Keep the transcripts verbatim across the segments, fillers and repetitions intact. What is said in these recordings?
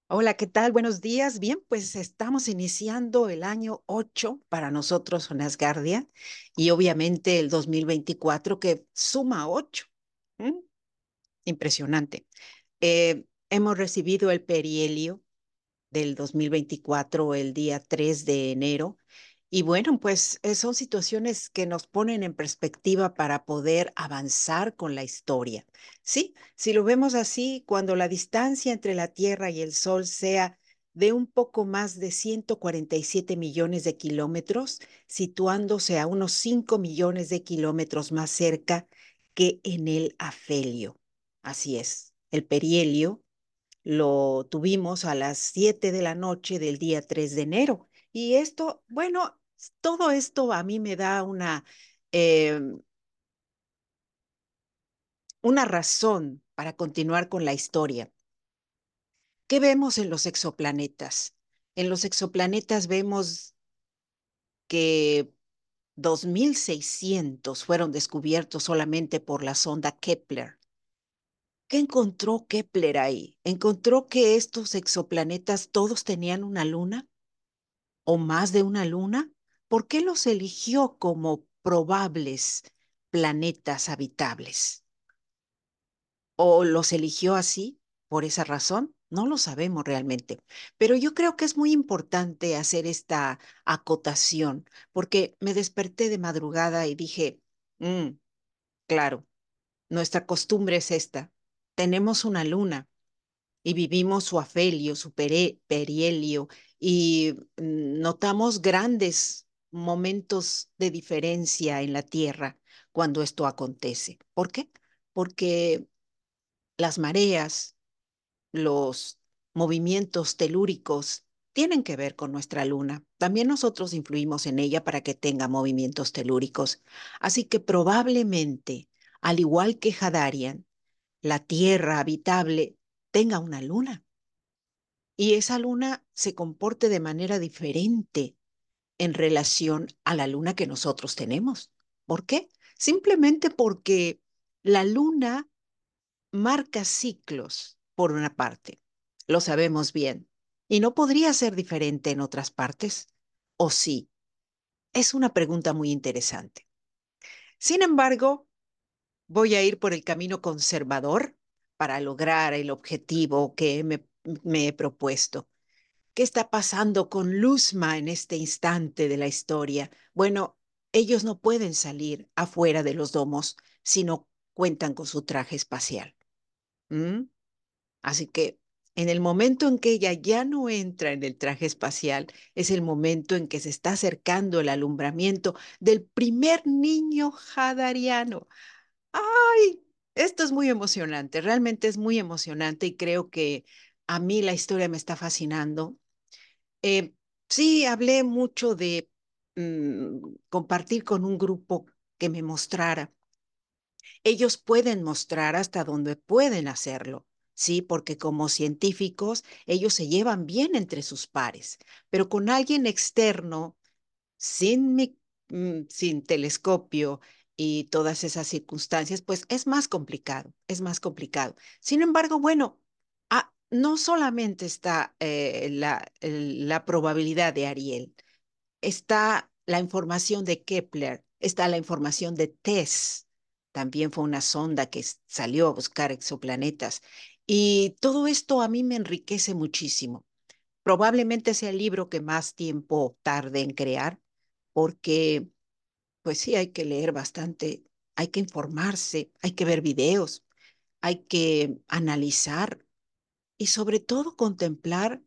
Hola, ¿qué tal? Buenos días. Bien, pues estamos iniciando el año ocho para nosotros en Asgardia y obviamente el dos mil veinticuatro que suma ocho. ¿Mm? Impresionante. Eh, hemos recibido el perihelio del dos mil veinticuatro el día tres de enero. Y bueno, pues eh, son situaciones que nos ponen en perspectiva para poder avanzar con la historia. Sí, si lo vemos así, cuando la distancia entre la Tierra y el Sol sea de un poco más de ciento cuarenta y siete millones de kilómetros, situándose a unos cinco millones de kilómetros más cerca que en el afelio. Así es, el perihelio lo tuvimos a las siete de la noche del día tres de enero. Y esto, bueno, todo esto a mí me da una, eh, una razón para continuar con la historia. ¿Qué vemos en los exoplanetas? En los exoplanetas vemos que dos mil seiscientos fueron descubiertos solamente por la sonda Kepler. ¿Qué encontró Kepler ahí? ¿Encontró que estos exoplanetas todos tenían una luna o más de una luna? ¿Por qué los eligió como probables planetas habitables? ¿O los eligió así por esa razón? No lo sabemos realmente, pero yo creo que es muy importante hacer esta acotación porque me desperté de madrugada y dije, "Mm, claro, nuestra costumbre es esta. Tenemos una luna y vivimos su afelio, su pere- perihelio y mm, notamos grandes momentos de diferencia en la Tierra cuando esto acontece. ¿Por qué? Porque las mareas, los movimientos telúricos tienen que ver con nuestra luna. También nosotros influimos en ella para que tenga movimientos telúricos. Así que probablemente, al igual que Hadarian, la Tierra habitable tenga una luna y esa luna se comporte de manera diferente en relación a la luna que nosotros tenemos. ¿Por qué? Simplemente porque la luna marca ciclos, por una parte. Lo sabemos bien. Y no podría ser diferente en otras partes. ¿O sí? Es una pregunta muy interesante. Sin embargo, voy a ir por el camino conservador para lograr el objetivo que me, me he propuesto. ¿Qué está pasando con Luzma en este instante de la historia? Bueno, ellos no pueden salir afuera de los domos si no cuentan con su traje espacial. ¿Mm? Así que en el momento en que ella ya no entra en el traje espacial, es el momento en que se está acercando el alumbramiento del primer niño hadariano. ¡Ay! Esto es muy emocionante, realmente es muy emocionante y creo que a mí la historia me está fascinando. Eh, sí, hablé mucho de mm, compartir con un grupo que me mostrara. Ellos pueden mostrar hasta dónde pueden hacerlo, sí, porque como científicos ellos se llevan bien entre sus pares, pero con alguien externo, sin, mi- mm, sin telescopio y todas esas circunstancias, pues es más complicado, es más complicado. Sin embargo, bueno, ah, no solamente está eh, la, el- la probabilidad de Ariel, está la información de Kepler, está la información de TESS, también fue una sonda que s- salió a buscar exoplanetas. Y todo esto a mí me enriquece muchísimo. Probablemente sea el libro que más tiempo tarde en crear, porque pues sí, hay que leer bastante, hay que informarse, hay que ver videos, hay que analizar y sobre todo contemplar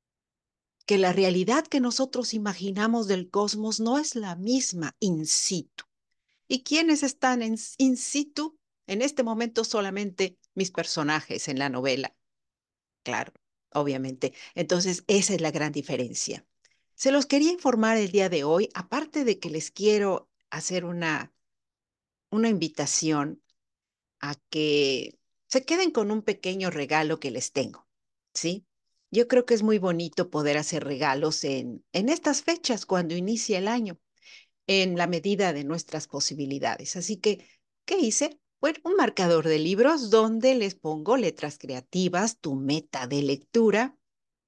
que la realidad que nosotros imaginamos del cosmos no es la misma in situ. ¿Y quiénes están en in situ? En este momento solamente mis personajes en la novela, claro, obviamente. Entonces, esa es la gran diferencia. Se los quería informar el día de hoy, aparte de que les quiero hacer una, una invitación a que se queden con un pequeño regalo que les tengo, ¿sí? Yo creo que es muy bonito poder hacer regalos en, en estas fechas, cuando inicia el año, en la medida de nuestras posibilidades. Así que, ¿qué hice? Bueno, un marcador de libros donde les pongo letras creativas, tu meta de lectura,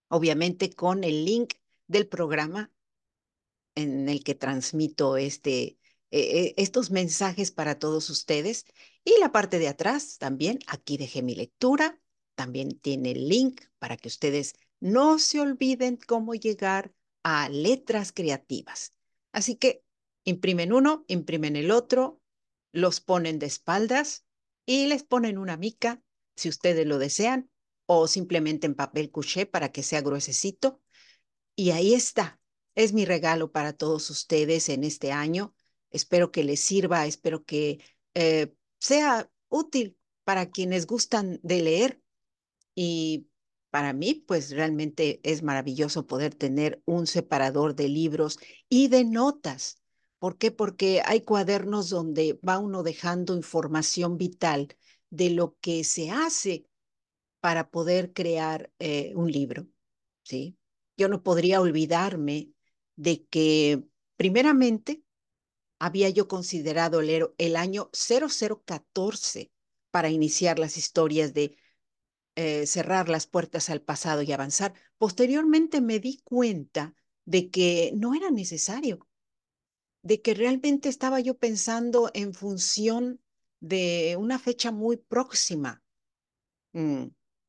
obviamente con el link del programa en el que transmito este, eh, eh, estos mensajes para todos ustedes. Y la parte de atrás también, aquí dejé mi lectura, también tiene el link para que ustedes no se olviden cómo llegar a letras creativas. Así que imprimen uno, imprimen el otro, los ponen de espaldas y les ponen una mica, si ustedes lo desean, o simplemente en papel couché para que sea gruesecito y ahí está. Es mi regalo para todos ustedes en este año. Espero que les sirva, espero que eh, sea útil para quienes gustan de leer. Y para mí, pues realmente es maravilloso poder tener un separador de libros y de notas. ¿Por qué? Porque hay cuadernos donde va uno dejando información vital de lo que se hace para poder crear eh, un libro, ¿sí? Yo no podría olvidarme de que, primeramente, había yo considerado el, el año cero cero catorce para iniciar las historias de eh, cerrar las puertas al pasado y avanzar. Posteriormente me di cuenta de que no era necesario, de que realmente estaba yo pensando en función de una fecha muy próxima. Mm.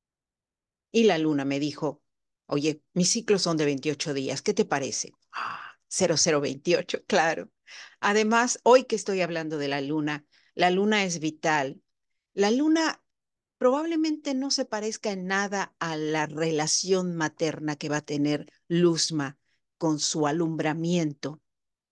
Y la luna me dijo, oye, mis ciclos son de veintiocho días, ¿qué te parece? Ah, cero cero veintiocho, claro. Además, hoy que estoy hablando de la luna, la luna es vital. La luna probablemente no se parezca en nada a la relación materna que va a tener Luzma con su alumbramiento.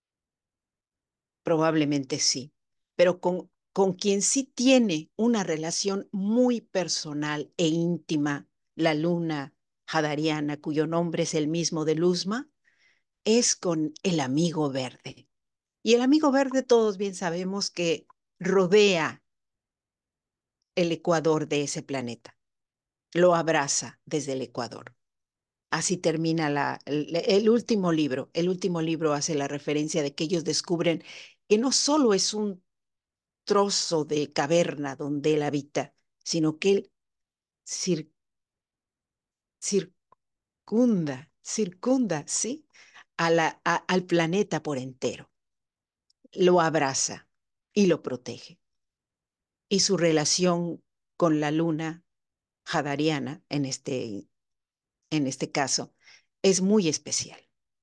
Probablemente sí, pero con, con quien sí tiene una relación muy personal e íntima, la luna hadariana, cuyo nombre es el mismo de Luzma, es con el amigo verde. Y el amigo verde todos bien sabemos que rodea el ecuador de ese planeta, lo abraza desde el ecuador. Así termina la, el, el último libro. El último libro hace la referencia de que ellos descubren que no solo es un trozo de caverna donde él habita, sino que él cir- circunda, circunda, ¿sí? A la, a- al planeta por entero, lo abraza y lo protege. Y su relación con la luna hadariana, en este, en este caso, es muy especial.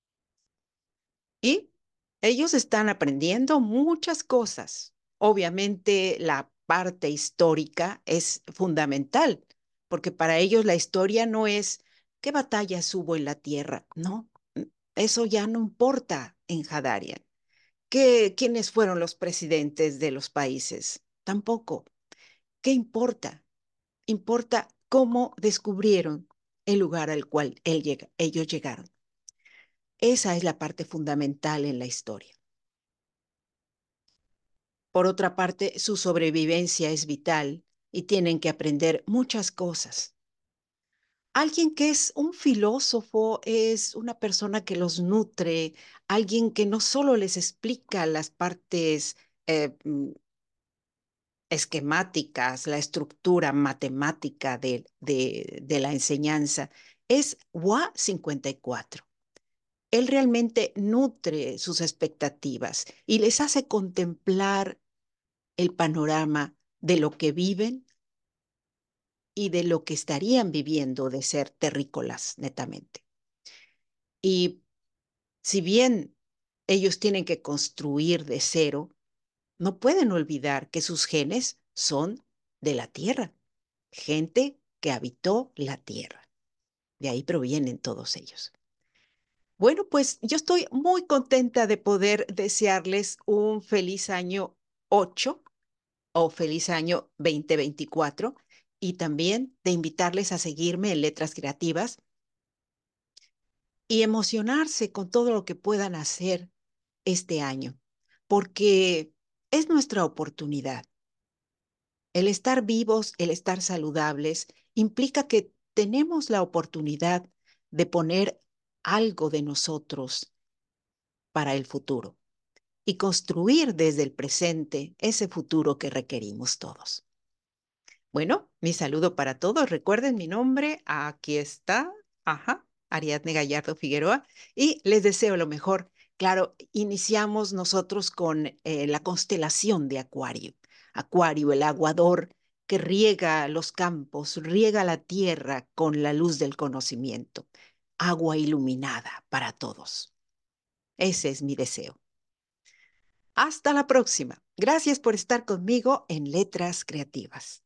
Y ellos están aprendiendo muchas cosas. Obviamente la parte histórica es fundamental, porque para ellos la historia no es qué batallas hubo en la tierra, no, eso ya no importa en Hadarian. ¿Qué, quiénes fueron los presidentes de los países? Tampoco. ¿Qué importa? Importa cómo descubrieron el lugar al cual él llega, ellos llegaron. Esa es la parte fundamental en la historia. Por otra parte, su sobrevivencia es vital y tienen que aprender muchas cosas. Alguien que es un filósofo es una persona que los nutre, alguien que no solo les explica las partes eh, mm, esquemáticas, la estructura matemática de, de, de la enseñanza, es W A cincuenta y cuatro. Él realmente nutre sus expectativas y les hace contemplar el panorama de lo que viven y de lo que estarían viviendo de ser terrícolas netamente. Y si bien ellos tienen que construir de cero, no pueden olvidar que sus genes son de la tierra, gente que habitó la tierra. De ahí provienen todos ellos. Bueno, pues yo estoy muy contenta de poder desearles un feliz año ocho o feliz año dos mil veinticuatro y también de invitarles a seguirme en Letras Creativas y emocionarse con todo lo que puedan hacer este año, porque es nuestra oportunidad. El estar vivos, el estar saludables, implica que tenemos la oportunidad de poner algo de nosotros para el futuro y construir desde el presente ese futuro que requerimos todos. Bueno, mi saludo para todos. Recuerden mi nombre. Aquí está. Ajá. Ariadne Gallardo Figueroa, y les deseo lo mejor. Claro, iniciamos nosotros con eh, la constelación de Acuario. Acuario, el aguador que riega los campos, riega la tierra con la luz del conocimiento. Agua iluminada para todos. Ese es mi deseo. Hasta la próxima. Gracias por estar conmigo en Letras Creativas.